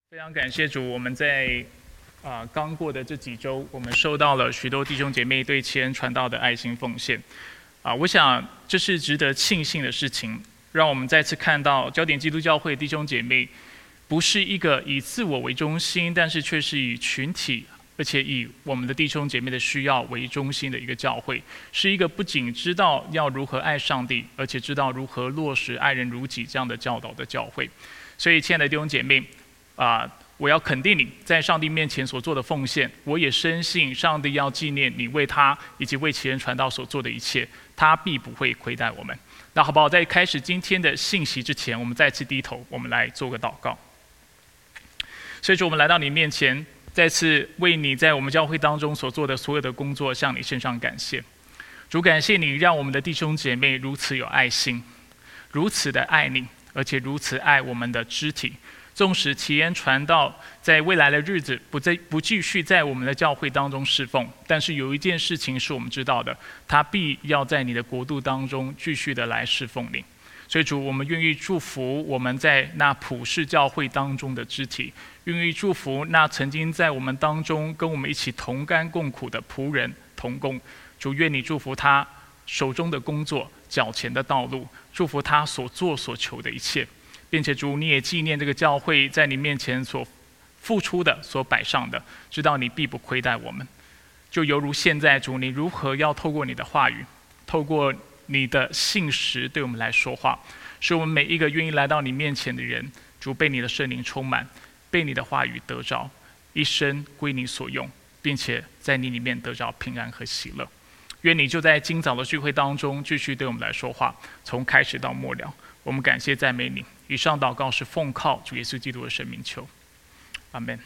非常感谢主，我们在刚过的这几周，我们收到了许多弟兄姐妹对其人传道的爱心奉献。我想这是值得庆幸的事情，让我们再次看到焦点基督教会弟兄姐妹不是一个以自我为中心，但是却是以群体，而且以我们的弟兄姐妹的需要为中心的一个教会，是一个不仅知道要如何爱上帝，而且知道如何落实爱人如己这样的教导的教会。所以，亲爱的弟兄姐妹，我要肯定你在上帝面前所做的奉献，我也深信上帝要纪念你为他以及为其人传道所做的一切，他必不会亏待我们。那好不好？在开始今天的信息之前，我们再次低头，我们来做个祷告。所以主，我们来到你面前，再次为你在我们教会当中所做的所有的工作向你献上感谢。主，感谢你让我们的弟兄姐妹如此有爱心，如此的爱你，而且如此爱我们的肢体。纵使其人传道在未来的日子不继续在我们的教会当中侍奉，但是有一件事情是我们知道的，他必要在你的国度当中继续的来侍奉你。所以主，我们愿意祝福我们在那普世教会当中的肢体，愿意祝福那曾经在我们当中跟我们一起同甘共苦的仆人同工。主，愿你祝福他手中的工作，脚前的道路，祝福他所做所求的一切。并且主，你也纪念这个教会在你面前所付出的、所摆上的，知道你必不亏待我们。就犹如现在，主，你如何要透过你的话语，透过你的信实对我们来说话，使我们每一个愿意来到你面前的人，主被你的圣灵充满，被你的话语得着，一生归你所用，并且在你里面得着平安和喜乐。愿你就在今早的聚会当中继续对我们来说话，从开始到末了。我们感谢赞美你。以上祷告是奉靠主耶稣基督的圣名求，阿们。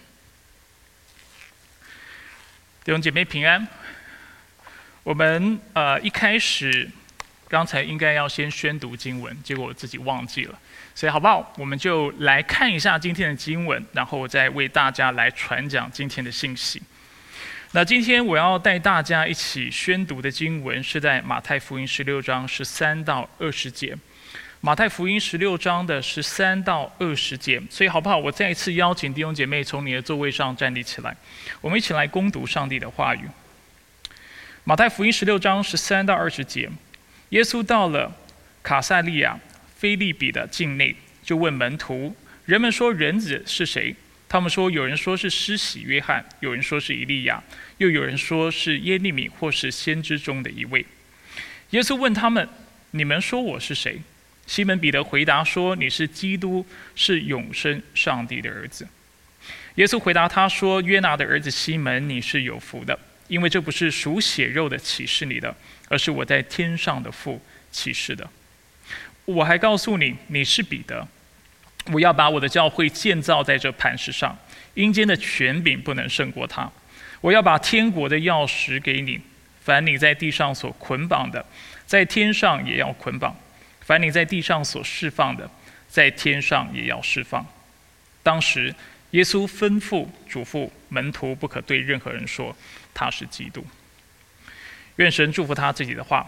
弟兄姐妹平安。我们一开始刚才应该要先宣读经文，结果我自己忘记了，所以好不好？我们就来看一下今天的经文，然后我再为大家来传讲今天的信息。那今天我要带大家一起宣读的经文是在马太福音16章13到20节。马太福音16章的13到20节，所以好不好？我再一次邀请弟兄姐妹从你的座位上站立起来，我们一起来攻读上帝的话语。马太福音16章13到20节，耶稣到了卡撒利亚腓立比的境内，就问门徒：人们说人子是谁？他们说，有人说是施洗约翰，有人说是以利亚，又有人说是耶利米或是先知中的一位。耶稣问他们：你们说我是谁？西门彼得回答说：你是基督，是永生上帝的儿子。耶稣回答他说：约拿的儿子西门，你是有福的，因为这不是属血肉的启示你的，而是我在天上的父启示的。我还告诉你，你是彼得，我要把我的教会建造在这磐石上，阴间的权柄不能胜过它。我要把天国的钥匙给你，凡你在地上所捆绑的，在天上也要捆绑；凡你在地上所释放的，在天上也要释放。当时，耶稣吩咐嘱咐门徒，不可对任何人说他是基督。愿神祝福他自己的话。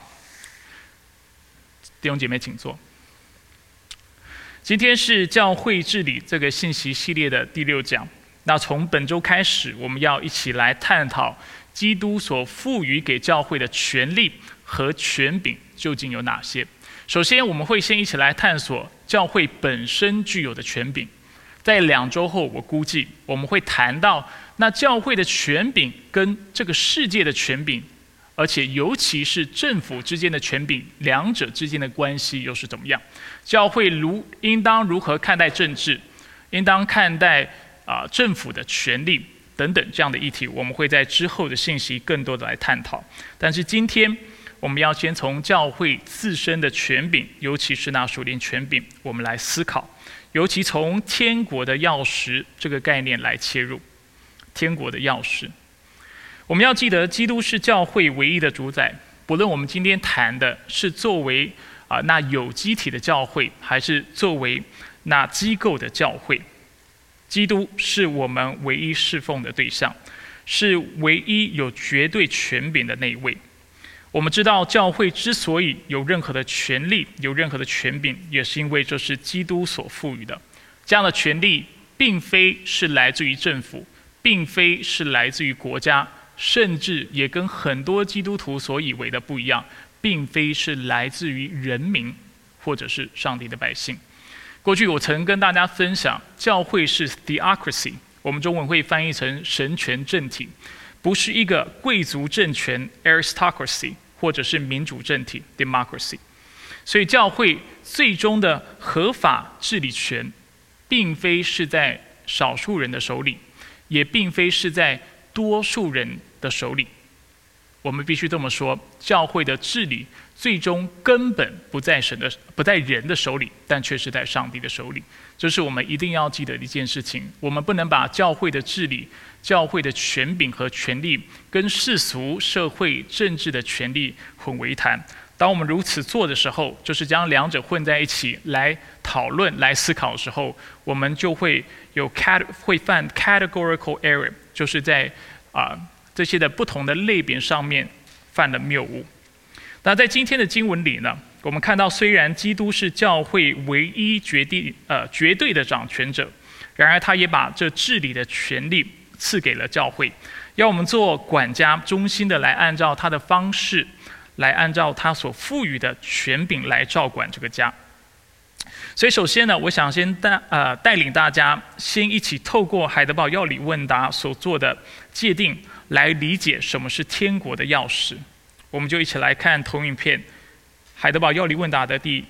弟兄姐妹，请坐。今天是教会治理这个信息系列的第6讲。那从本周开始，我们要一起来探讨基督所赋予给教会的权力和权柄究竟有哪些。首先，我们会先一起来探索教会本身具有的权柄。在2周后，我估计我们会谈到那教会的权柄跟这个世界的权柄，而且尤其是政府之间的权柄，两者之间的关系又是怎么样？教会应当如何看待政治？应当看待政府的权力等等这样的议题，我们会在之后的信息更多的来探讨。但是今天我们要先从教会自身的权柄，尤其是那属灵权柄，我们来思考，尤其从天国的钥匙这个概念来切入。天国的钥匙，我们要记得，基督是教会唯一的主宰。不论我们今天谈的是作为那有机体的教会，还是作为那机构的教会，基督是我们唯一侍奉的对象，是唯一有绝对权柄的那一位。我们知道，教会之所以有任何的权利、有任何的权柄，也是因为这是基督所赋予的。这样的权利并非是来自于政府，并非是来自于国家，甚至也跟很多基督徒所以为的不一样，并非是来自于人民或者是上帝的百姓。过去我曾跟大家分享，教会是 theocracy， 我们中文会翻译成神权政体，不是一个贵族政权 aristocracy， 或者是民主政体 democracy。所以教会最终的合法治理权，并非是在少数人的手里，也并非是在多数人的手里。我们必须这么说，教会的治理最终根本不在人的手里，但却是在上帝的手里。这是我们一定要记得的一件事情。我们不能把教会的治理、教会的权柄和权力跟世俗、社会、政治的权力混为一谈。当我们如此做的时候，就是将两者混在一起来讨论、来思考的时候，我们就会犯 categorical error， 就是在这些的不同的类别上面犯了谬误。那在今天的经文里呢，我们看到虽然基督是教会唯一绝对的掌权者，然而他也把这治理的权利赐给了教会，要我们做管家，忠心的来按照他的方式，来按照他所赋予的权柄来照管这个家。所以首先呢，我想先带领大家先一起透过海德堡要理问答所做的界定，来理解什么是天国的钥匙。我们就一起来看投影片，海德堡要理问答的第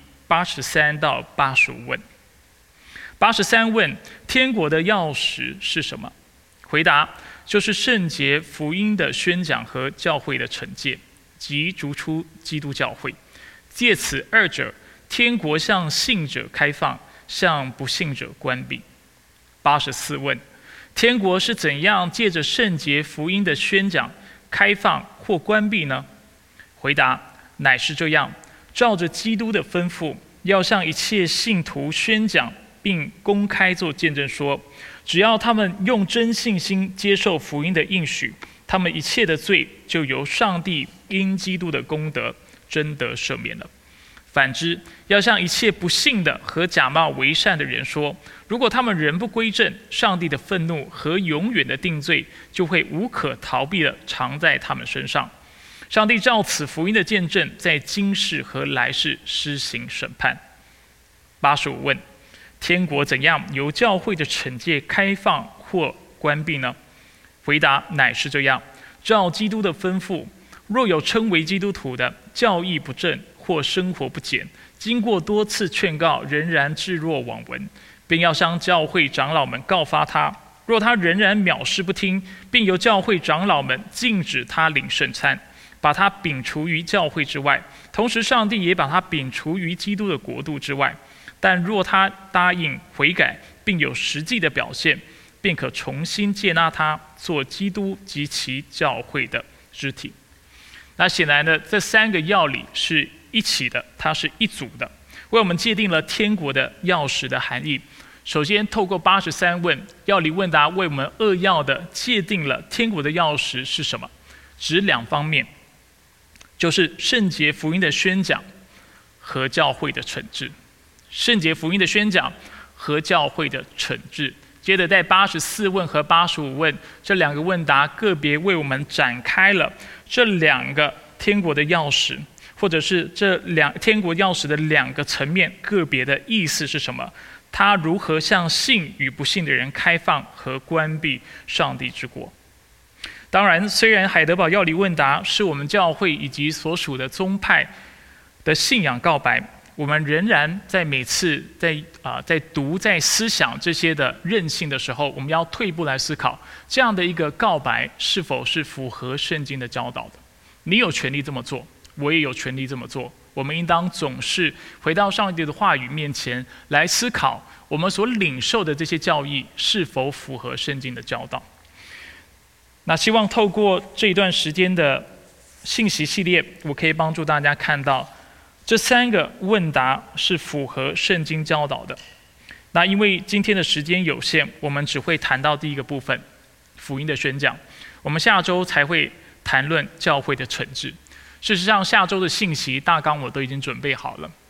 83到85问。83问：天国的钥匙是什么？回答：就是圣洁福音的宣讲和教会的惩戒，即逐出基督教会。借此二者，天国向信者开放，向不信者关闭。84问：天国是怎样借着圣洁福音的宣讲开放或关闭呢？回答：乃是这样，照着基督的吩咐，要向一切信徒宣讲，并公开做见证说，只要他们用真信心接受福音的应许，他们一切的罪就由上帝因基督的功德真得赦免了。反之，要向一切不信的和假冒为善的人说，如果他们仍不归正，上帝的愤怒和永远的定罪就会无可逃避地藏在他们身上。上帝照此福音的见证，在今世和来世施行审判。85问：天国怎样由教会的惩戒开放或关闭呢？回答：乃是这样，照基督的吩咐，若有称为基督徒的，教义不正或生活不检，经过多次劝告，仍然置若罔闻，并要向教会长老们告发他。若他仍然藐视不听，并由教会长老们禁止他领圣餐，把他摒除于教会之外，同时上帝也把他摒除于基督的国度之外。但若他答应悔改，并有实际的表现，便可重新接纳他做基督及其教会的肢体。那显然的，这三个要理是一起的，它是一组的，为我们界定了天国的钥匙的含义。首先，透过83问要理问答，为我们扼要的界定了天国的钥匙是什么，指两方面，就是圣洁福音的宣讲和教会的惩治。圣洁福音的宣讲和教会的惩治。接着在84问和85问这两个问答，个别为我们展开了这两个天国的钥匙，或者是这天国钥匙的两个层面，个别的意思是什么？它如何向信与不信的人开放和关闭上帝之国？当然，虽然海德堡要理问答是我们教会以及所属的宗派的信仰告白，我们仍然在每次在读、在思想这些的任性的时候，我们要退一步来思考，这样的一个告白是否是符合圣经的教导的？你有权利这么做，我也有权利这么做。我们应当总是回到上帝的话语面前来思考，我们所领受的这些教义是否符合圣经的教导。那希望透过这一段时间的信息系列，我可以帮助大家看到这三个问答是符合圣经教导的。那因为今天的时间有限，我们只会谈到第一个部分，福音的宣讲。我们下周才会谈论教会的惩治。事实上，下周的信息大纲我都已经准备好了，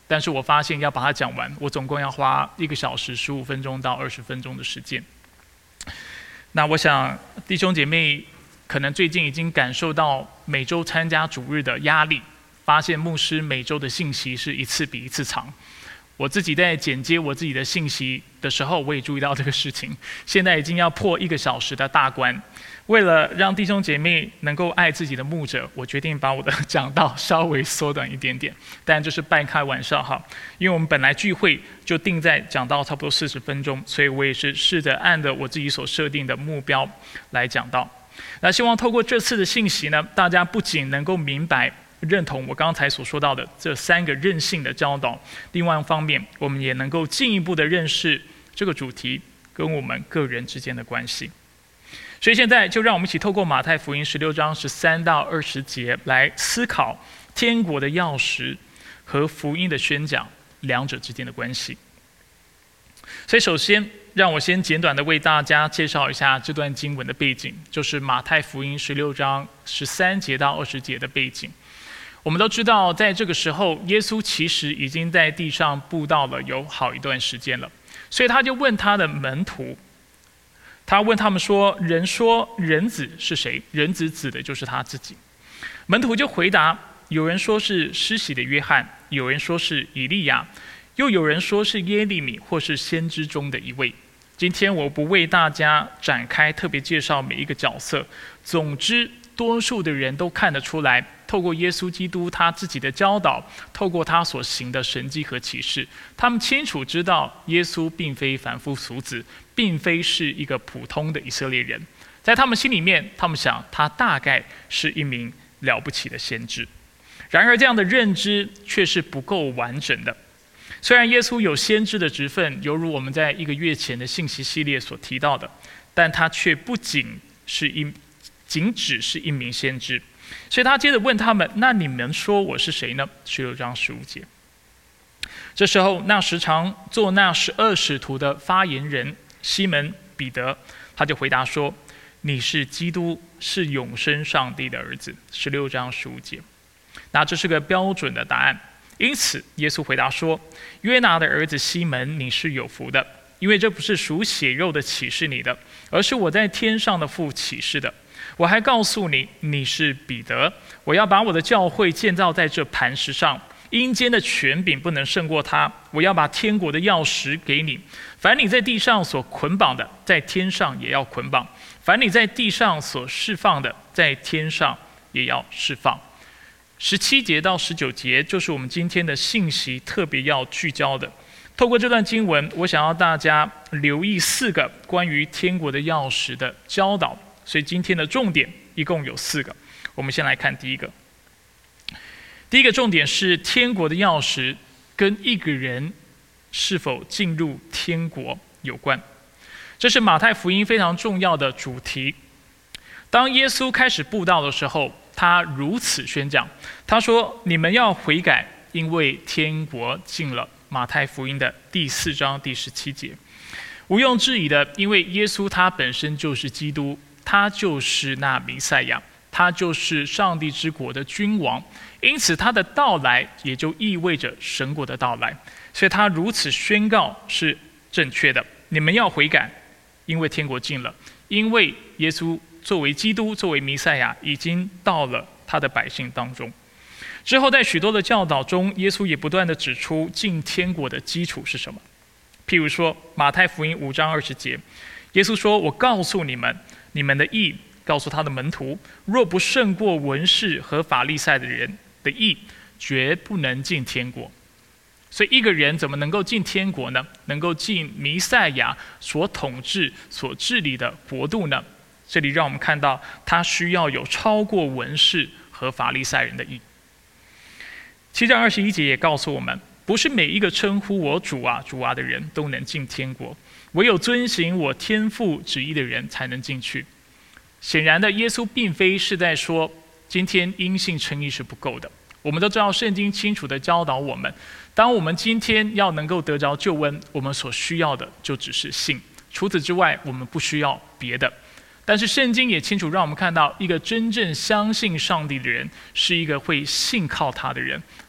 但是我发现要把它讲完，我总共要花1个小时15分钟到20分钟的时间。那我想弟兄姐妹可能最近已经感受到每周参加主日的压力，发现牧师每周的信息是一次比一次长。我自己在剪接我自己的信息的时候，我也注意到这个事情。现在已经要破1个小时的大关。为了让弟兄姐妹能够爱自己的牧者，我决定把我的讲道稍微缩短一点点，但这是半开玩笑哈。因为我们本来聚会就定在讲道差不多40分钟，所以我也是试着按着我自己所设定的目标来讲道。那希望透过这次的信息呢，大家不仅能够明白认同我刚才所说到的这3个韧性的教导，另外一方面，我们也能够进一步的认识这个主题跟我们个人之间的关系。所以现在就让我们一起透过马太福音16章13到20节来思考天国的钥匙和福音的宣讲两者之间的关系。所以首先，让我先简短的为大家介绍一下这段经文的背景，就是马太福音16章13节到20节的背景。我们都知道，在这个时候，耶稣其实已经在地上布道了有好一段时间了，所以他就问他的门徒，他问他们说：“人说人子是谁？”人子指的就是他自己。门徒就回答：“有人说是施洗的约翰，有人说是以利亚，又有人说是耶利米或是先知中的一位。”今天我不为大家展开特别介绍每一个角色，总之，多数的人都看得出来，透过耶稣基督他自己的教导，透过他所行的神迹和启示，他们清楚知道耶稣并非凡夫俗子，并非是一个普通的以色列人。在他们心里面，他们想他大概是一名了不起的先知。然而这样的认知却是不够完整的。虽然耶稣有先知的职分，犹如我们在1个月前的信息系列所提到的，但他却不仅只是一名先知。所以他接着问他们：“那你们说我是谁呢？”16章15节。这时候，那时常做那12使徒的发言人西门彼得，他就回答说：“你是基督，是永生上帝的儿子。”16章15节。那这是个标准的答案。因此，耶稣回答说：“约拿的儿子西门，你是有福的，因为这不是属血肉的启示你的，而是我在天上的父启示的。我还告诉你，你是彼得，我要把我的教会建造在这磐石上，阴间的权柄不能胜过它。我要把天国的钥匙给你，凡你在地上所捆绑的，在天上也要捆绑；凡你在地上所释放的，在天上也要释放。”17节到19节就是我们今天的信息特别要聚焦的。透过这段经文，我想要大家留意4个关于天国的钥匙的教导，所以今天的重点一共有4个。我们先来看第一个。第一个重点是天国的钥匙跟一个人是否进入天国有关。这是马太福音非常重要的主题。当耶稣开始布道的时候，他如此宣讲，他说：“你们要悔改，因为天国近了。”马太福音的第4章第17节。毋庸置疑的，因为耶稣他本身就是基督，他就是那弥赛亚，他就是上帝之国的君王，因此他的到来也就意味着神国的到来，所以他如此宣告是正确的。你们要悔改，因为天国近了，因为耶稣作为基督，作为弥赛亚，已经到了他的百姓当中。之后在许多的教导中，耶稣也不断地指出进天国的基础是什么。譬如说马太福音5章20节，耶稣说：“我告诉你们，你们的义，告诉他的门徒，若不胜过文士和法利赛的人的义，绝不能进天国。”所以一个人怎么能够进天国呢？能够进弥赛亚所统治、所治理的国度呢？这里让我们看到，他需要有超过文士和法利赛人的义。7章21节也告诉我们，不是每一个称呼我主啊、主啊的人都能进天国，唯有遵行我天父旨意的人才能进去。显然的，耶稣并非是在说今天因信称义是不够的。我们都知道圣经清楚地教导我们，当我们今天要能够得着救恩，我们所需要的就只是信，除此之外我们不需要别的。但是圣经也清楚让我们看到，一个真正相信上帝的人是一个会信靠他的人，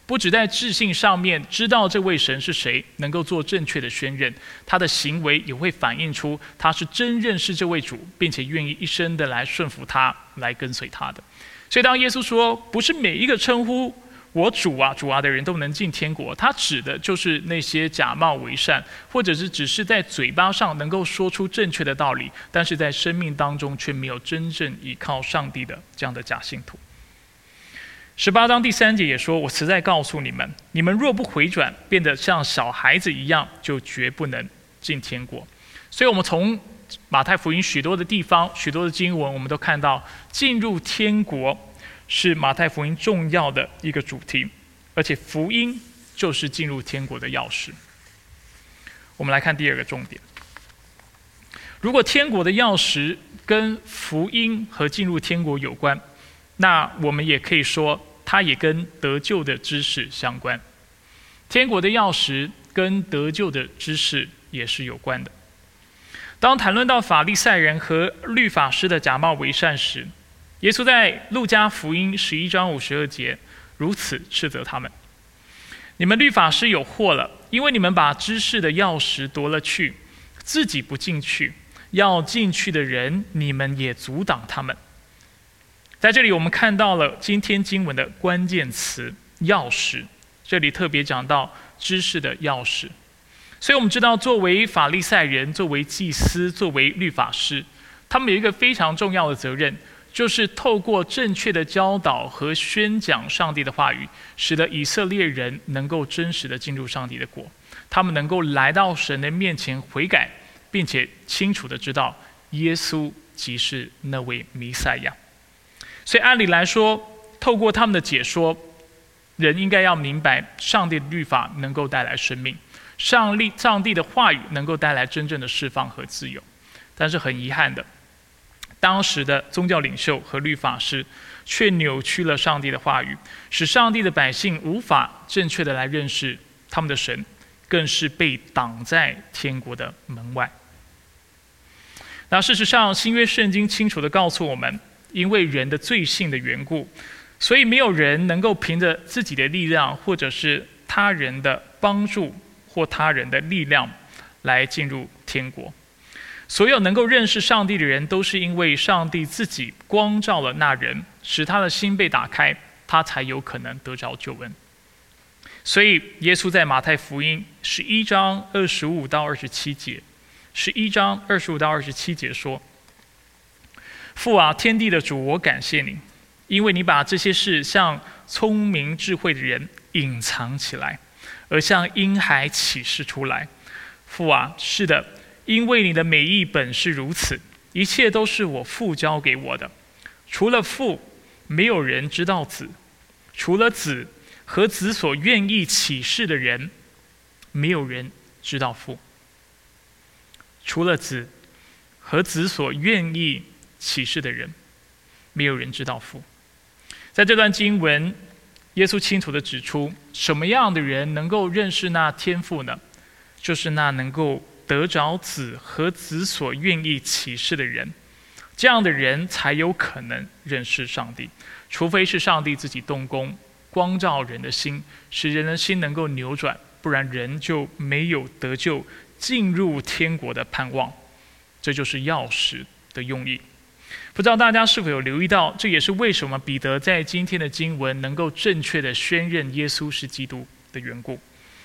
不只在智性上面知道这位神是谁，能够做正确的宣认，他的行为也会反映出他是真认识这位主，并且愿意一生的来顺服他，来跟随他的。所以当耶稣说不是每一个称呼我主啊主啊的人都能进天国，他指的就是那些假冒为善，或者是只是在嘴巴上能够说出正确的道理，但是在生命当中却没有真正依靠上帝的这样的假信徒。18章第3节也说，我实在告诉你们，你们若不回转，变得像小孩子一样，就绝不能进天国。所以我们从马太福音许多的地方，许多的经文，我们都看到进入天国是马太福音重要的一个主题，而且福音就是进入天国的钥匙。我们来看第二个重点，如果天国的钥匙跟福音和进入天国有关，那我们也可以说它也跟得救的知识相关。天国的钥匙跟得救的知识也是有关的。当谈论到法利赛人和律法师的假冒为善时，耶稣在路加福音11章52节如此斥责他们：你们律法师有祸了，因为你们把知识的钥匙夺了去，自己不进去，要进去的人你们也阻挡他们。在这里我们看到了今天经文的关键词钥匙，这里特别讲到知识的钥匙。所以我们知道，作为法利赛人，作为祭司，作为律法师，他们有一个非常重要的责任，就是透过正确的教导和宣讲上帝的话语，使得以色列人能够真实的进入上帝的国，他们能够来到神的面前悔改，并且清楚的知道耶稣即是那位弥赛亚。所以按理来说，透过他们的解说，人应该要明白上帝的律法能够带来生命，上帝的话语能够带来真正的释放和自由。但是很遗憾的，当时的宗教领袖和律法师却扭曲了上帝的话语，使上帝的百姓无法正确的来认识他们的神，更是被挡在天国的门外。那事实上，新约圣经清楚地告诉我们，因为人的罪性的缘故，所以没有人能够凭着自己的力量，或者是他人的帮助或他人的力量来进入天国。所有能够认识上帝的人，都是因为上帝自己光照了那人，使他的心被打开，他才有可能得着救恩。所以耶稣在马太福音11章25到27节，11章25到27节说：父啊，天地的主，我感谢你，因为你把这些事向聪明智慧的人隐藏起来，而向婴孩启示出来。父啊，是的，因为你的美意本是如此，一切都是我父交给我的。除了父，没有人知道子；除了子和子所愿意启示的人，没有人知道父。除了子和子所愿意启示的人，没有人知道父。在这段经文，耶稣清楚地指出，什么样的人能够认识那天父呢？就是那能够得着子和子所愿意启示的人，这样的人才有可能认识上帝，除非是上帝自己动工，光照人的心，使人的心能够扭转，不然人就没有得救进入天国的盼望。这就是钥匙的用意。不知道大家是否有留意到，这也是为什么彼得在今天的经文能够正确的宣认耶稣是基督的缘故。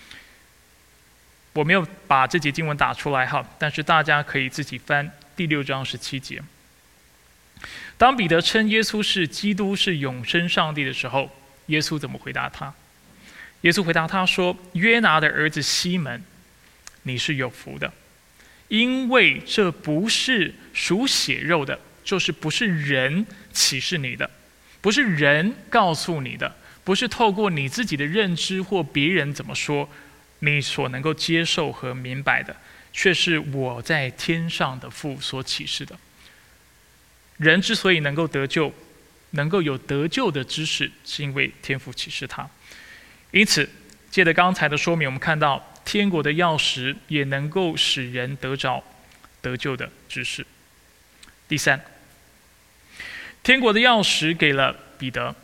我没有把这节经文打出来哈，但是大家可以自己翻第6章17节。当彼得称耶稣是基督，是永生上帝的时候，耶稣怎么回答他？耶稣回答他说：约拿的儿子西门，你是有福的，因为这不是属血肉的，就是不是人启示你的，不是人告诉你的，不是透过你自己的认知或别人怎么说你所能够接受和明白的，却是我在天上的父所启示的。人之所以能够得救，能够有得救的知识，是因为天父启示他。因此借着刚才的说明，我们看到天国的钥匙也能够使人得着得救的知识。第三，天国的钥匙给了彼得，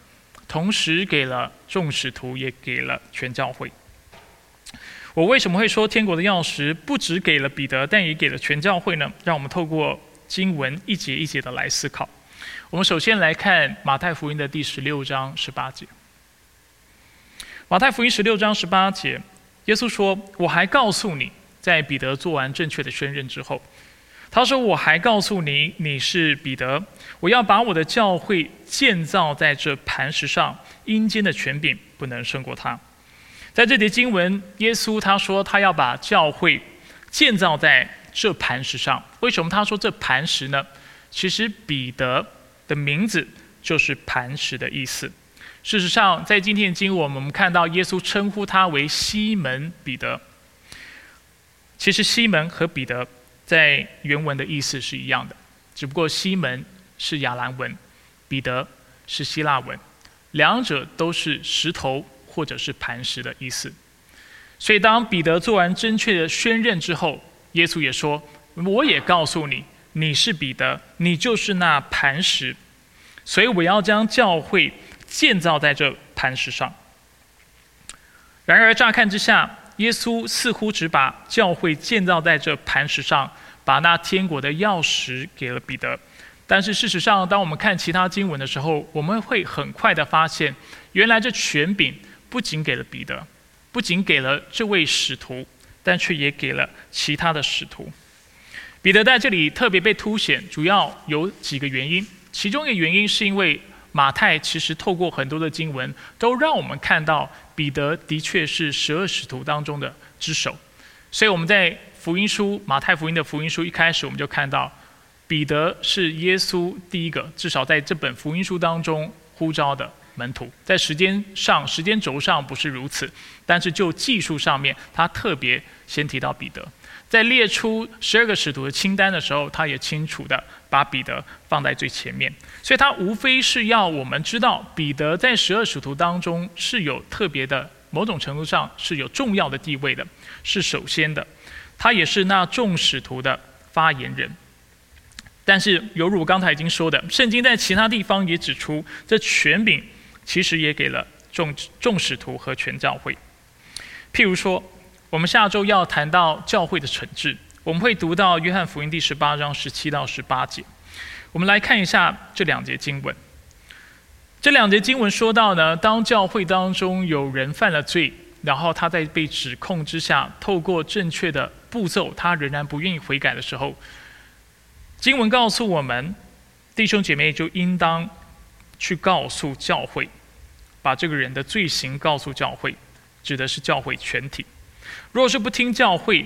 同时给了众使徒，也给了全教会。我为什么会说天国的钥匙不只给了彼得，但也给了全教会呢？让我们透过经文一节一节的来思考。我们首先来看马太福音的第16章18节。马太福音16章18节，耶稣说：“我还告诉你，在彼得做完正确的宣认之后，他说：我还告诉你，你是彼得，我要把我的教会建造在这磐石上，阴间的权柄不能胜过他。”在这节经文，耶稣他说他要把教会建造在这磐石上。为什么他说这磐石呢？其实彼得的名字就是磐石的意思。事实上，在今天的经文，我们看到耶稣称呼他为西门彼得。其实西门和彼得在原文的意思是一样的，只不过西门是亚兰文，彼得是希腊文，两者都是石头或者是磐石的意思。所以当彼得做完正确的宣认之后，耶稣也说：我也告诉你，你是彼得，你就是那磐石，所以我要将教会建造在这磐石上。然而乍看之下，耶稣似乎只把教会建造在这磐石上，把那天国的钥匙给了彼得。但是事实上，当我们看其他经文的时候，我们会很快的发现，原来这权柄不仅给了彼得，不仅给了这位使徒，但却也给了其他的使徒。彼得在这里特别被凸显，主要有几个原因。其中一个原因是因为马太其实透过很多的经文，都让我们看到彼得的确是12使徒当中的之首。所以我们在福音书，马太福音的福音书一开始，我们就看到彼得是耶稣第一个，至少在这本福音书当中呼召的门徒。在时间轴上不是如此，但是就技术上面，他特别先提到彼得。在列出12个使徒的清单的时候，他也清楚的把彼得放在最前面。所以他无非是要我们知道，彼得在12使徒当中是有特别的，某种程度上是有重要的地位的，是首先的。他也是那众使徒的发言人。但是犹如我刚才已经说的，圣经在其他地方也指出，这权柄其实也给了众使徒和全教会。譬如说，我们下周要谈到教会的惩治，我们会读到约翰福音第18章17到18节。我们来看一下这两节经文。这两节经文说到呢，当教会当中有人犯了罪，然后他在被指控之下，透过正确的步骤，他仍然不愿意悔改的时候，经文告诉我们，弟兄姐妹就应当去告诉教会，把这个人的罪行告诉教会，指的是教会全体。若是不听教会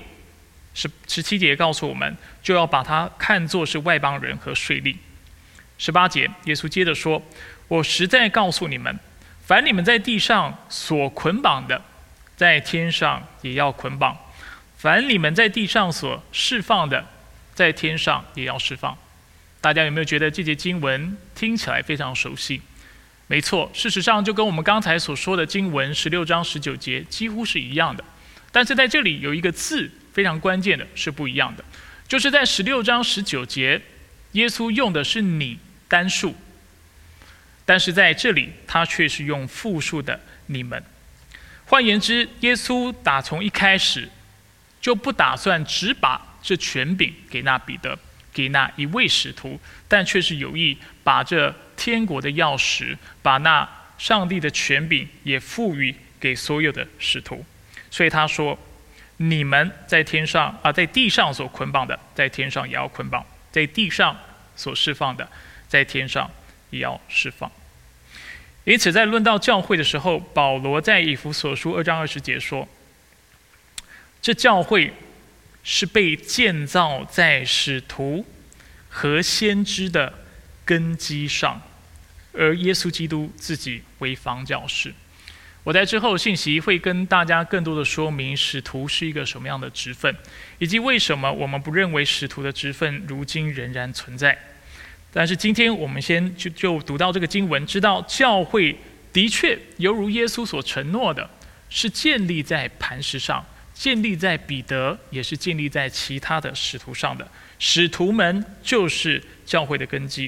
，17节告诉我们，就要把他看作是外邦人和税吏。18节，耶稣接着说：我实在告诉你们，凡你们在地上所捆绑的，在天上也要捆绑；凡你们在地上所释放的，在天上也要释放。大家有没有觉得这节经文听起来非常熟悉？没错，事实上就跟我们刚才所说的经文16章19节几乎是一样的。但是在这里有一个字非常关键的是不一样的，就是在16章19节，耶稣用的是你单数，但是在这里他却是用复数的你们。换言之，耶稣打从一开始就不打算只把这权柄给那彼得，给那一位使徒，但却是有意把这天国的钥匙，把那上帝的权柄也赋予给所有的使徒。所以他说，你们在天上在地上所捆绑的，在天上也要捆绑；在地上所释放的，在天上也要释放。因此在论到教会的时候，保罗在以弗所书2章20节说，这教会是被建造在使徒和先知的根基上，而耶稣基督自己为房角石。我在之后信息会跟大家更多的说明使徒是一个什么样的职分，以及为什么我们不认为使徒的职分如今仍然存在。但是今天我们先就读到这个经文，知道教会的确犹如耶稣所承诺的，是建立在磐石上，建立在彼得，也是建立在其他的使徒上的。使徒们就是教会的根基。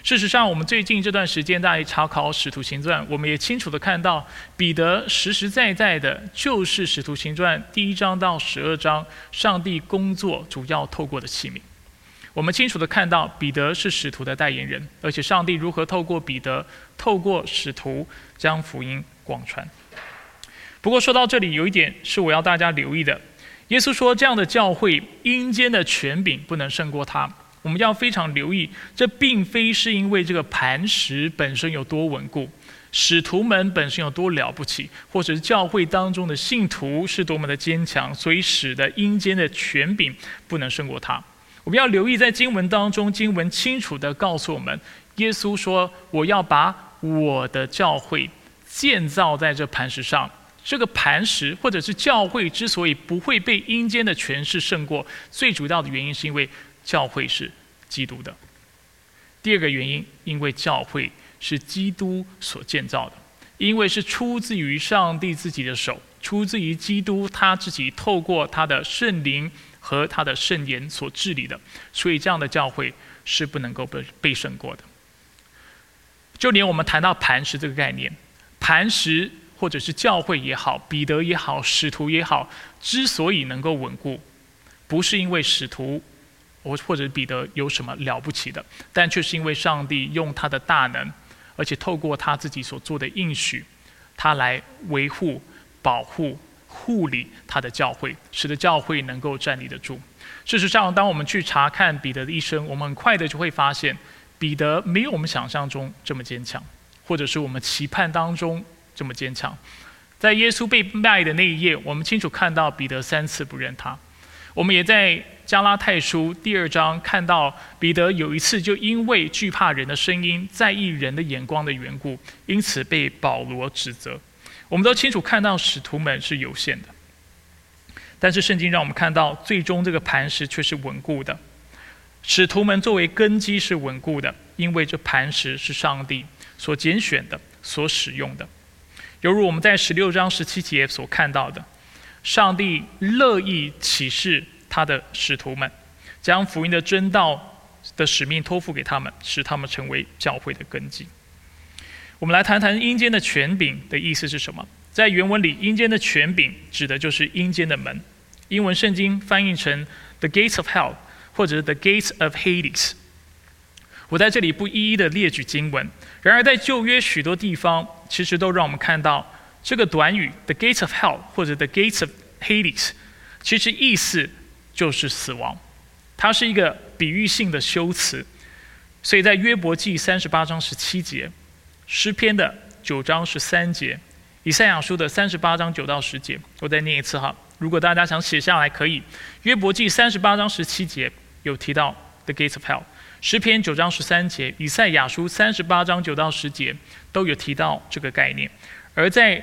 事实上，我们最近这段时间大家查考《使徒行传》，我们也清楚地看到，彼得实实在在的就是《使徒行传》1章到12章，上帝工作主要透过的器皿。我们清楚地看到，彼得是使徒的代言人，而且上帝如何透过彼得、透过使徒将福音广传。不过说到这里，有一点是我要大家留意的。耶稣说，这样的教会，阴间的权柄不能胜过他。我们要非常留意，这并非是因为这个磐石本身有多稳固，使徒们本身有多了不起，或者是教会当中的信徒是多么的坚强，所以使得阴间的权柄不能胜过他。我们要留意，在经文当中，经文清楚地告诉我们，耶稣说：“我要把我的教会建造在这磐石上。”这个磐石或者是教会之所以不会被阴间的权势胜过，最主要的原因是因为教会是基督的。第二个原因，因为教会是基督所建造的，因为是出自于上帝自己的手，出自于基督他自己透过他的圣灵和他的圣言所治理的，所以这样的教会是不能够被胜过的。就连我们谈到磐石这个概念，磐石或者是教会也好，彼得也好，使徒也好，之所以能够稳固，不是因为使徒或者彼得有什么了不起的，但却是因为上帝用他的大能，而且透过他自己所做的应许，他来维护、保护、护理他的教会，使得教会能够站立得住。事实上，当我们去查看彼得的一生，我们很快的就会发现，彼得没有我们想象中这么坚强，或者是我们期盼当中这么坚强。在耶稣被卖的那一夜，我们清楚看到彼得3次不认他。我们也在加拉太书2章看到彼得有一次就因为惧怕人的声音，在意人的眼光的缘故，因此被保罗指责。我们都清楚看到使徒们是有限的，但是圣经让我们看到，最终这个磐石却是稳固的。使徒们作为根基是稳固的，因为这磐石是上帝所拣选的，所使用的。犹如我们在16章17节所看到的，上帝乐意启示他的使徒们，将福音的真道的使命托付给他们，使他们成为教会的根基。我们来谈谈阴间的权柄的意思是什么。在原文里，阴间的权柄指的就是阴间的门，英文圣经翻译成 The Gates of Hell 或者 The Gates of Hades。我在这里不一一的列举经文，然而在旧约许多地方其实都让我们看到这个短语 The Gates of Hell 或者 The Gates of Hades 其实意思就是死亡，它是一个比喻性的修辞。所以在约伯记38章17节，诗篇的9章13节，以赛亚书的38章9到10节，我再念一次哈，如果大家想写下来可以。约伯记38章17节有提到 The Gates of Hell，诗篇9章13节，以赛亚书38章9到10节都有提到这个概念。而在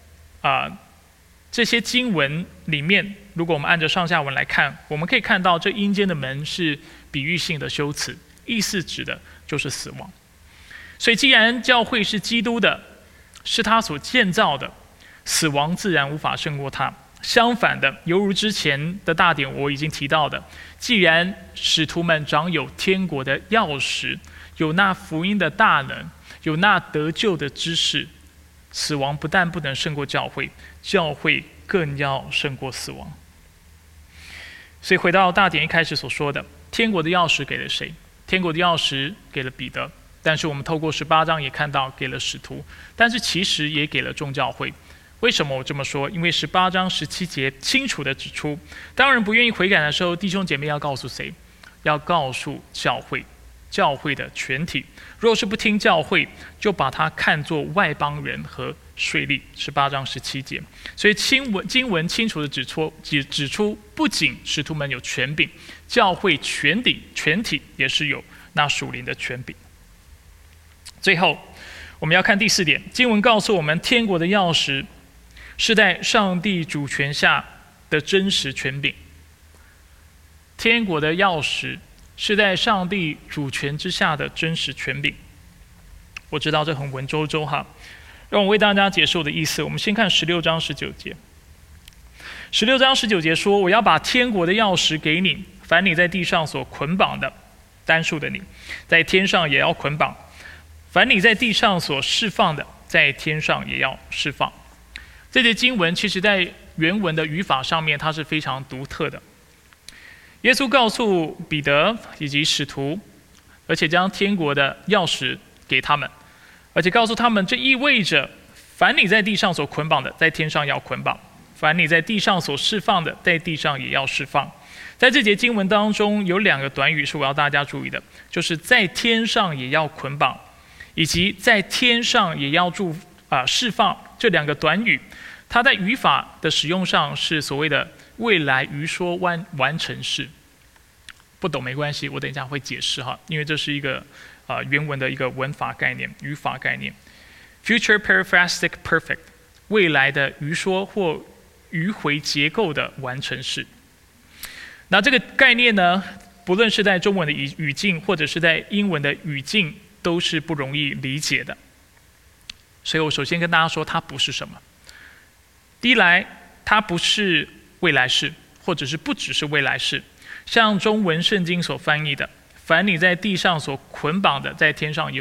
这些经文里面，如果我们按照上下文来看，我们可以看到这阴间的门是比喻性的修辞，意思指的就是死亡。所以既然教会是基督的，是他所建造的，死亡自然无法胜过他。相反的，犹如之前的大点我已经提到的，既然使徒们掌有天国的钥匙，有那福音的大能，有那得救的知识，死亡不但不能胜过教会，教会更要胜过死亡。所以回到大点一开始所说的，天国的钥匙给了谁？天国的钥匙给了彼得，但是我们透过18章也看到给了使徒，但是其实也给了众教会。为什么我这么说？因为18章17节清楚地指出，当人不愿意悔改的时候，弟兄姐妹要告诉谁？要告诉教会，教会的全体。若是不听教会，就把它看作外邦人和税吏。18章17节。所以经文清楚地指出，不仅使徒们有权柄，教会全体也是有那属灵的权柄。最后，我们要看第4点，经文告诉我们，天国的钥匙是在上帝主权下的真实权柄。天国的钥匙是在上帝主权之下的真实权柄。我知道这很文绉绉哈，让我为大家解释我的意思。我们先看16章19节。16章19节说：“我要把天国的钥匙给你，凡你在地上所捆绑的， 单数的你，在天上也要捆绑；凡你在地上所释放的，在天上也要释放。这节经文其实在原文的语法上面，它是非常独特的。耶稣告诉彼得以及使徒，而且将天国的钥匙给他们，而且告诉他们，这意味着凡你在地上所捆绑的，在天上要捆绑；凡你在地上所释放的，在地上也要释放。在这节经文当中，有2个短语是我要大家注意的，就是在天上也要捆绑，以及在天上也要释放。这2个短语，它在语法的使用上是所谓的未来余说完成式。不懂没关系，我等一下会解释哈，因为这是一个原文的一个文法概念、语法概念。Future Periphrastic Perfect， 未来的余说或迂回结构的完成式。那这个概念呢，不论是在中文的语境，或者是在英文的语境，都是不容易理解的。所以我首先跟大家说，它不是什么。第一来，它不是未来式，或者是不只是未来式。像中文圣经所翻译的，凡你在地上所捆绑的，在天上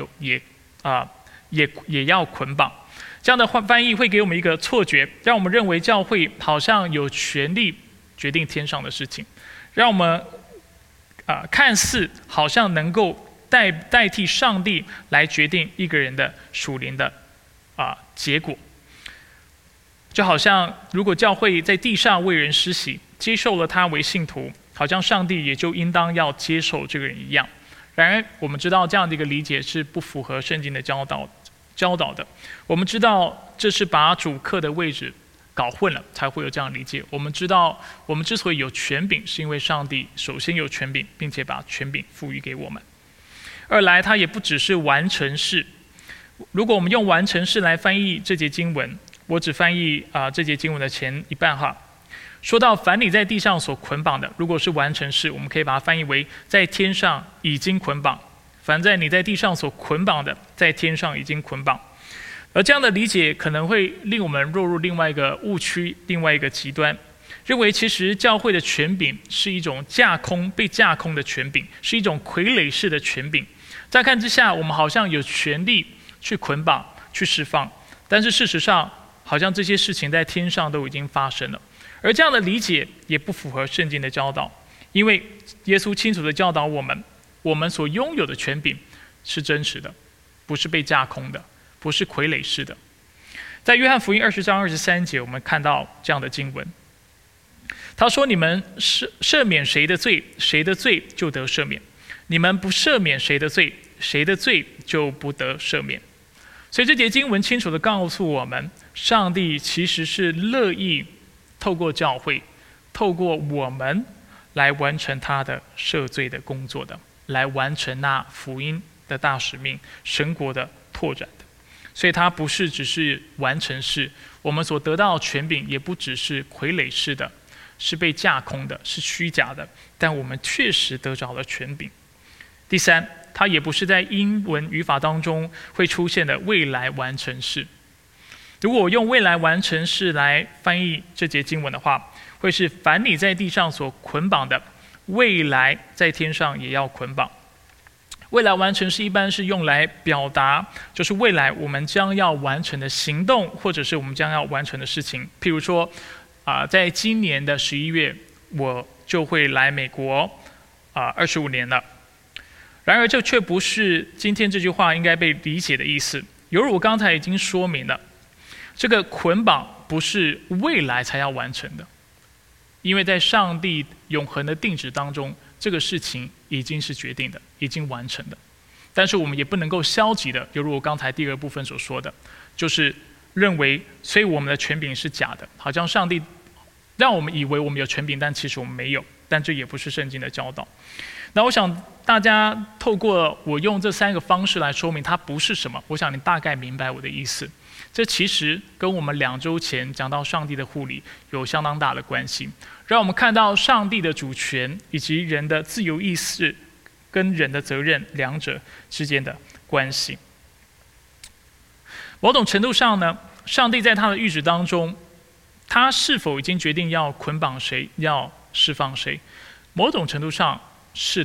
也要捆绑。这样的翻译会给我们一个错觉，让我们认为教会好像有权利决定天上的事情，让我们看似好像能够代替上帝来决定一个人的属灵的结果。就好像如果教会在地上为人施洗，接受了他为信徒，好像上帝也就应当要接受这个人一样。然而我们知道这样的一个理解是不符合圣经的教导的。我们知道这是把主客的位置搞混了，才会有这样的理解。我们知道我们之所以有权柄，是因为上帝首先有权柄，并且把权柄赋予给我们。二来，它也不只是完成式。如果我们用完成式来翻译这节经文，我只翻译这节经文的前一半哈。说到凡你在地上所捆绑的，如果是完成式，我们可以把它翻译为在天上已经捆绑；凡在你在地上所捆绑的，在天上已经捆绑。而这样的理解可能会令我们落入另外一个误区，另外一个极端，认为其实教会的权柄是一种被架空的权柄，是一种傀儡式的权柄。乍看之下，我们好像有权利去捆绑、去释放，但是事实上，好像这些事情在天上都已经发生了。而这样的理解也不符合圣经的教导，因为耶稣清楚地教导我们，我们所拥有的权柄是真实的，不是被架空的，不是傀儡式的。在约翰福音20章23节，我们看到这样的经文，他说：“你们赦免谁的罪，谁的罪就得赦免；你们不赦免谁的罪，谁的罪就不得赦免。”所以这节经文清楚地告诉我们，上帝其实是乐意透过教会，透过我们来完成他的赦罪的工作的，来完成那福音的大使命、神国的拓展的。所以它不是只是完成式，我们所得到的权柄也不只是傀儡式的，是被架空的，是虚假的，但我们确实得着了权柄。第三，它也不是在英文语法当中会出现的未来完成式。如果我用未来完成式来翻译这节经文的话，会是凡你在地上所捆绑的，未来在天上也要捆绑。未来完成式一般是用来表达，就是未来我们将要完成的行动，或者是我们将要完成的事情。譬如说，在今年的11月，我就会来美国25年了。然而，这却不是今天这句话应该被理解的意思。犹如我刚才已经说明了，这个捆绑不是未来才要完成的，因为在上帝永恒的定旨当中，这个事情已经是决定的，已经完成的。但是我们也不能够消极的，犹如我刚才第二部分所说的，就是认为，所以我们的权柄是假的，好像上帝让我们以为我们有权柄，但其实我们没有。但这也不是圣经的教导。那我想大家透过我用这3个方式来说明它不是什么，我想你大概明白我的意思。这其实跟我们2周前讲到上帝的护理有相当大的关系，让我们看到上帝的主权以及人的自由意识跟人的责任两者之间的关系。某种程度上呢，上帝在他的谕旨当中，他是否已经决定要捆绑谁，要释放谁？某种程度上是的，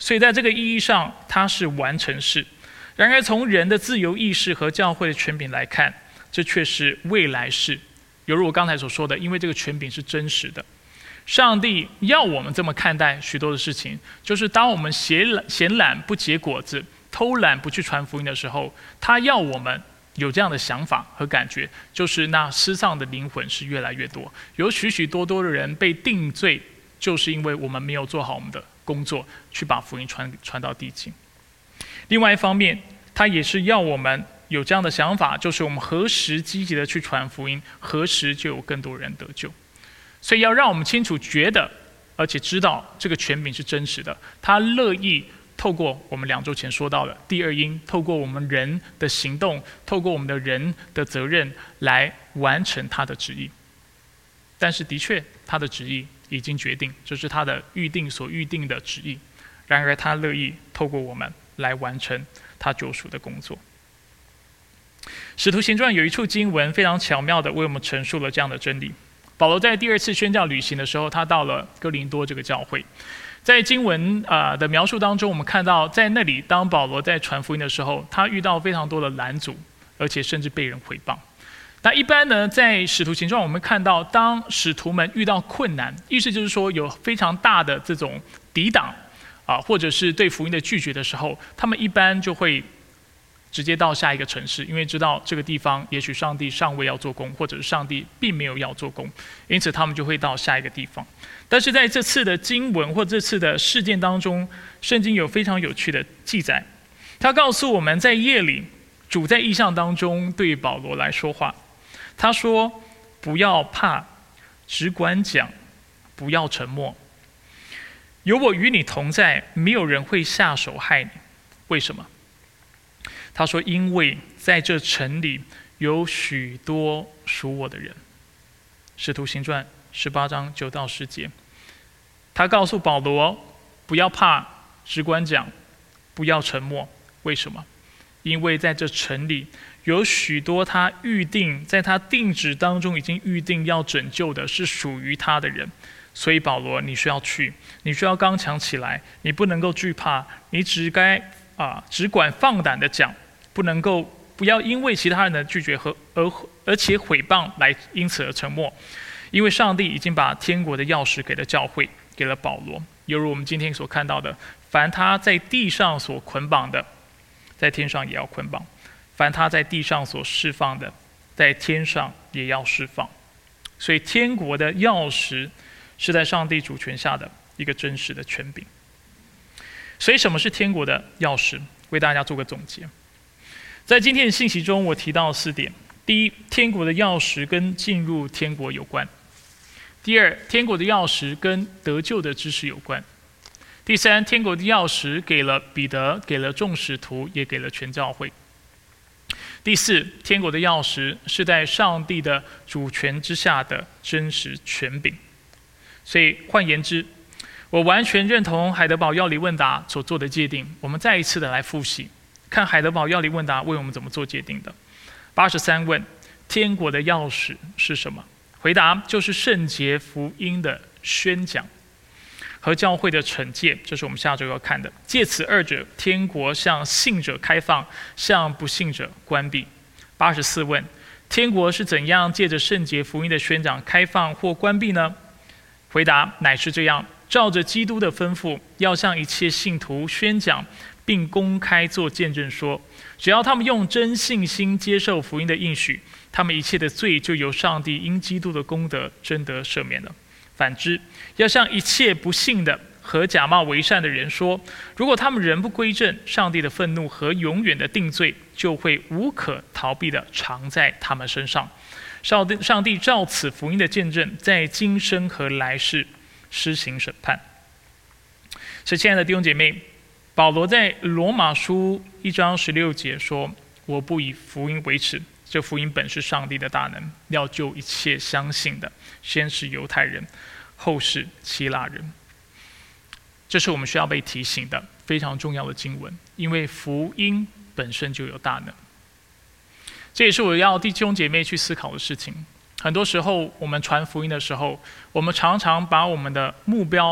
所以在这个意义上，它是完成式。然而，从人的自由意识和教会的权柄来看，这却是未来式。犹如我刚才所说的，因为这个权柄是真实的，上帝要我们这么看待许多的事情，就是当我们闲懒不结果子、偷懒不去传福音的时候，他要我们有这样的想法和感觉，就是那失丧的灵魂是越来越多，有许许多多的人被定罪，就是因为我们没有做好我们的工作，去把福音传到地极。另外一方面，他也是要我们有这样的想法，就是我们何时积极的去传福音，何时就有更多人得救。所以要让我们清楚觉得，而且知道这个权柄是真实的，他乐意透过我们2周前说到的第二因，透过我们人的行动，透过我们的人的责任来完成他的旨意。但是的确，他的旨意已经决定，这是他的所预定的旨意。然而他乐意透过我们来完成他救赎的工作。使徒行传有一处经文非常巧妙地为我们陈述了这样的真理。保罗在第2次宣教旅行的时候，他到了哥林多这个教会。在经文的描述当中，我们看到在那里，当保罗在传福音的时候，他遇到非常多的拦阻，而且甚至被人毁谤。那一般呢，在使徒行传我们看到，当使徒们遇到困难，意思就是说有非常大的这种抵挡或者是对福音的拒绝的时候，他们一般就会直接到下一个城市，因为知道这个地方也许上帝尚未要做工，或者是上帝并没有要做工，因此他们就会到下一个地方。但是在这次的经文或这次的事件当中，圣经有非常有趣的记载，他告诉我们在夜里，主在异象当中对保罗来说话，他说：“不要怕，只管讲，不要沉默。有我与你同在，没有人会下手害你。为什么？”他说：“因为在这城里有许多属我的人。”使徒行传18章9到10节，他告诉保罗：“不要怕，只管讲，不要沉默。为什么？因为在这城里有许多他预定，在他定旨当中已经预定要拯救的，是属于他的人。所以保罗，你需要去，你需要刚强起来，你不能够惧怕，你只管放胆的讲，不要因为其他人的拒绝而且毁谤来因此而沉默，因为上帝已经把天国的钥匙给了教会，给了保罗。犹如我们今天所看到的，凡他在地上所捆绑的，在天上也要捆绑；凡他在地上所释放的，在天上也要释放。所以天国的钥匙是在上帝主权下的一个真实的权柄。所以什么是天国的钥匙？为大家做个总结。在今天的信息中，我提到4点：第一，天国的钥匙跟进入天国有关；第二，天国的钥匙跟得救的知识有关；第三，天国的钥匙给了彼得，给了众使徒，也给了全教会；第四，天国的钥匙是在上帝的主权之下的真实权柄。所以换言之，我完全认同海德堡要理问答所做的界定。我们再一次的来复习，看海德堡要理问答为我们怎么做界定的。83问：天国的钥匙是什么？回答就是圣洁福音的宣讲和教会的惩戒，这是我们下周要看的。借此二者，天国向信者开放，向不信者关闭。84问：天国是怎样借着圣洁福音的宣讲开放或关闭呢？回答乃是这样：照着基督的吩咐，要向一切信徒宣讲，并公开做见证说，只要他们用真信心接受福音的应许，他们一切的罪就由上帝因基督的功德真得赦免了。反之，要向一切不信的和假冒为善的人说，如果他们仍不归正，上帝的愤怒和永远的定罪就会无可逃避地藏在他们身上。上帝照此福音的见证，在今生和来世施行审判。所以亲爱的弟兄姐妹，保罗在罗马书1章16节说：我不以福音为耻，这福音本是上帝的大能，要救一切相信的，先是犹太人，后是希腊人。这是我们需要被提醒的非常重要的经文，因为福音本身就有大能。这也是我要弟兄姐妹去思考的事情。很多时候我们传福音的时候，我们常常把我们的目标，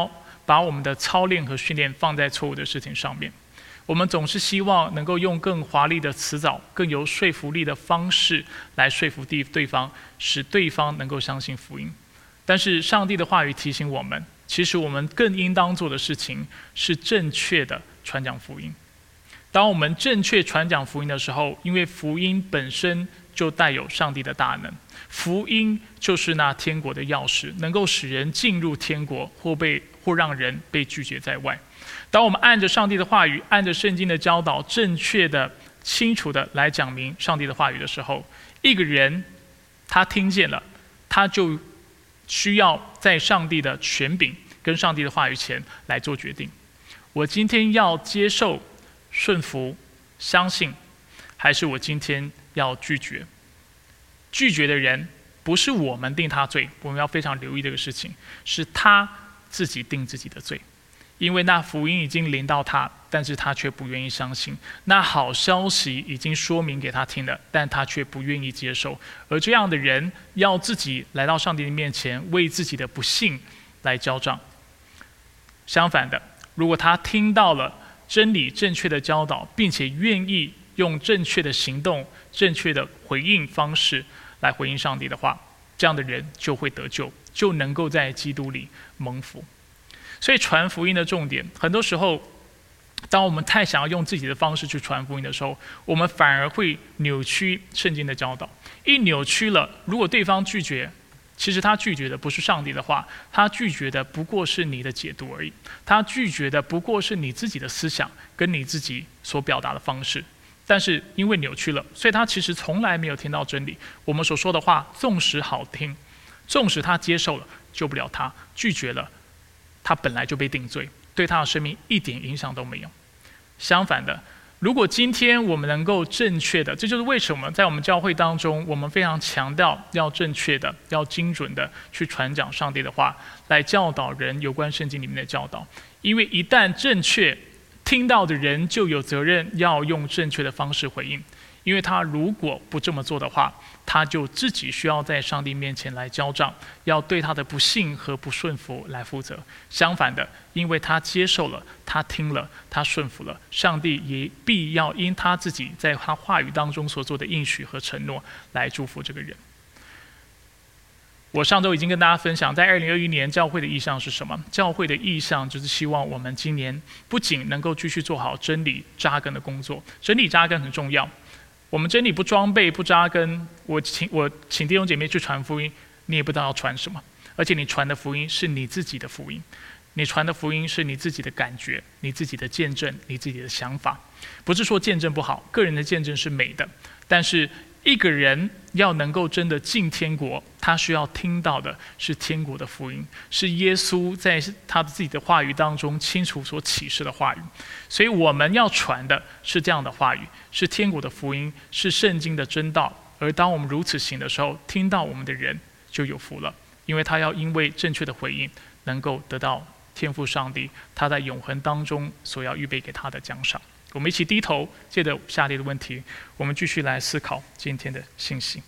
把我们的操练和训练放在错误的事情上面。我们总是希望能够用更华丽的辞藻、更有说服力的方式来说服对方，使对方能够相信福音。但是上帝的话语提醒我们，其实我们更应当做的事情是正确的传讲福音。当我们正确传讲福音的时候，因为福音本身就带有上帝的大能，福音就是那天国的钥匙，能够使人进入天国，或让人被拒绝在外。当我们按着上帝的话语，按着圣经的教导，正确的、清楚的来讲明上帝的话语的时候，一个人他听见了，他就需要在上帝的权柄跟上帝的话语前来做决定。我今天要接受、顺服、相信，还是我今天要拒绝？拒绝的人不是我们定他罪，我们要非常留意这个事情，是他自己定自己的罪。因为那福音已经临到他，但是他却不愿意相信；那好消息已经说明给他听了，但他却不愿意接受。而这样的人要自己来到上帝的面前，为自己的不信来交账。相反的，如果他听到了真理正确的教导，并且愿意用正确的行动、正确的回应方式来回应上帝的话，这样的人就会得救，就能够在基督里蒙福。所以传福音的重点，很多时候当我们太想要用自己的方式去传福音的时候，我们反而会扭曲圣经的教导。一扭曲了，如果对方拒绝，其实他拒绝的不是上帝的话，他拒绝的不过是你的解读而已，他拒绝的不过是你自己的思想跟你自己所表达的方式。但是因为扭曲了，所以他其实从来没有听到真理。我们所说的话纵使好听，纵使他接受了，救不了他；拒绝了，他本来就被定罪，对他的生命一点影响都没有。相反的，如果今天我们能够正确的，这就是为什么在我们教会当中，我们非常强调要正确的、要精准的去传讲上帝的话，来教导人有关圣经里面的教导。因为一旦正确，听到的人就有责任要用正确的方式回应。因为他如果不这么做的话，他就自己需要在上帝面前来交账，要对他的不信和不顺服来负责。相反的，因为他接受了，他听了，他顺服了，上帝也必要因他自己在他话语当中所做的应许和承诺来祝福这个人。我上周已经跟大家分享，在2021年教会的意向是什么？教会的意向就是希望我们今年不仅能够继续做好真理扎根的工作，真理扎根很重要。我们真理不装备不扎根，我请弟兄姐妹去传福音，你也不知道要传什么。而且你传的福音是你自己的福音，你传的福音是你自己的感觉、你自己的见证、你自己的想法。不是说见证不好，个人的见证是美的，但是一个人要能够真的进天国，他需要听到的是天国的福音，是耶稣在他自己的话语当中清楚所启示的话语。所以我们要传的是这样的话语，是天国的福音，是圣经的真道。而当我们如此行的时候，听到我们的人就有福了，因为他要因为正确的回应，能够得到天父上帝他在永恒当中所要预备给他的奖赏。我们一起低头，借着下列的问题，我们继续来思考今天的信息。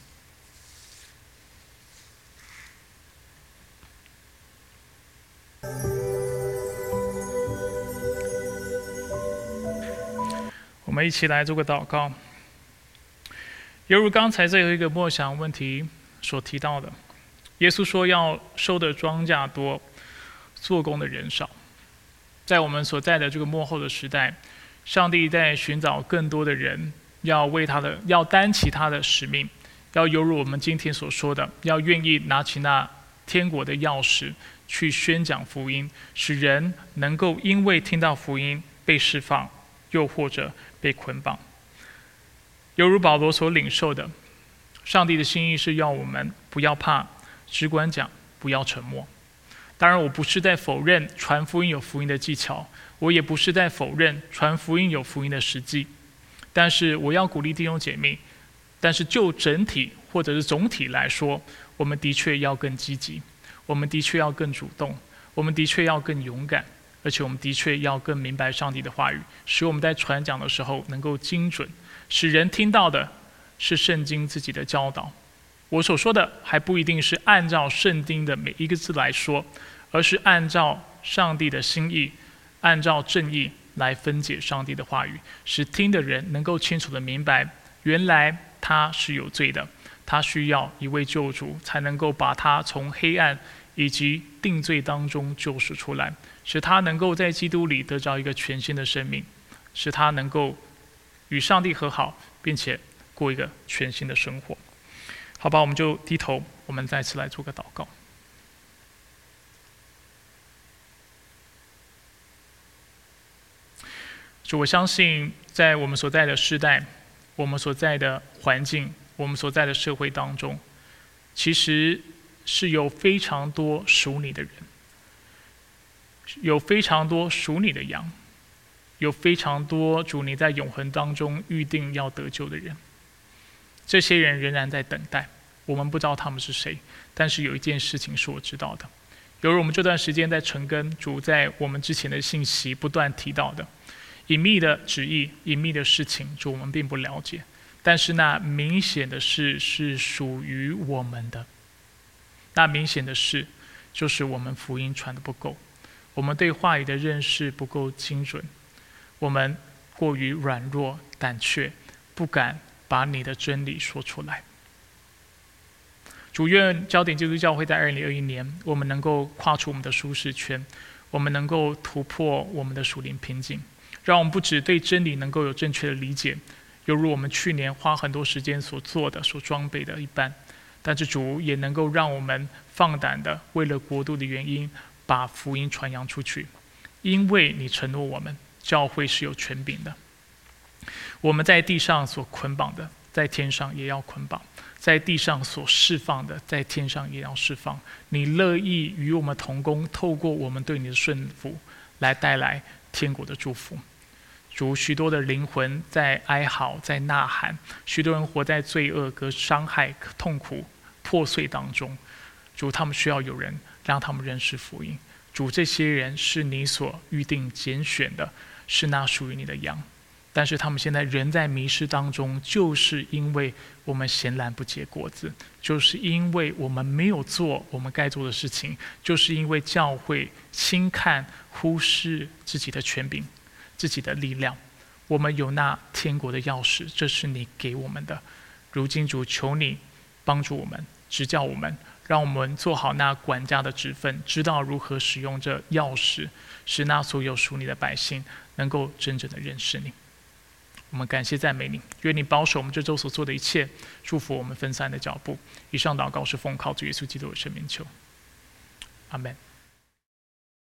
我们一起来做个祷告。犹如刚才最后一个默想问题所提到的，耶稣说要收的庄稼多，做工的人少。在我们所在的这个末后的时代，上帝在寻找更多的人，要担起他的使命，要犹如我们今天所说的，要愿意拿起那天国的钥匙去宣讲福音，使人能够因为听到福音被释放，又或者被捆绑。犹如保罗所领受的，上帝的心意是要我们不要怕，只管讲，不要沉默。当然，我不是在否认传福音有福音的技巧，我也不是在否认传福音有福音的实际，但是我要鼓励弟兄姐妹，但是就整体或者是总体来说，我们的确要更积极，我们的确要更主动，我们的确要更勇敢，而且我们的确要更明白上帝的话语，使我们在传讲的时候能够精准，使人听到的是圣经自己的教导。我所说的还不一定是按照圣经的每一个字来说，而是按照上帝的心意，按照正义来分解上帝的话语，使听的人能够清楚地明白，原来他是有罪的，他需要一位救主，才能够把他从黑暗以及定罪当中救赎出来，使他能够在基督里得着一个全新的生命，使他能够与上帝和好，并且过一个全新的生活。好吧，我们就低头，我们再次来做个祷告。主，我相信在我们所在的时代，我们所在的环境，我们所在的社会当中，其实是有非常多属你的人，有非常多属你的羊，有非常多主你在永恒当中预定要得救的人。这些人仍然在等待，我们不知道他们是谁，但是有一件事情是我知道的，犹如我们这段时间在晨更，主在我们之前的信息不断提到的，隐秘的旨意、隐秘的事情，主我们并不了解，但是那明显的事是属于我们的。那明显的事就是我们福音传得不够，我们对话语的认识不够精准，我们过于软弱胆怯，不敢把你的真理说出来。主，愿焦点基督教会在2021年，我们能够跨出我们的舒适圈，我们能够突破我们的属灵瓶颈，让我们不只对真理能够有正确的理解，犹如我们去年花很多时间所做的、所装备的一般，但是主也能够让我们放胆的为了国度的原因，把福音传扬出去，因为你承诺我们教会是有权柄的。我们在地上所捆绑的，在天上也要捆绑；在地上所释放的，在天上也要释放。你乐意与我们同工，透过我们对你的顺服，来带来天国的祝福。主，许多的灵魂在哀嚎，在呐喊，许多人活在罪恶、和伤害、痛苦、破碎当中。主，他们需要有人让他们认识福音。主，这些人是你所预定拣选的，是那属于你的羊。但是他们现在仍在迷失当中，就是因为我们闲懒不结果子，就是因为我们没有做我们该做的事情，就是因为教会轻看、忽视自己的权柄、自己的力量。我们有那天国的钥匙，这是你给我们的。如今主，求你帮助我们，指教我们，让我们做好那管家的职分，知道如何使用这钥匙，使那所有属你的百姓能够真正的认识你。我们感谢赞美你，愿你保守我们这周所做的一切，祝福我们分散的脚步。以上祷告是奉靠主耶稣基督的圣名求，阿们。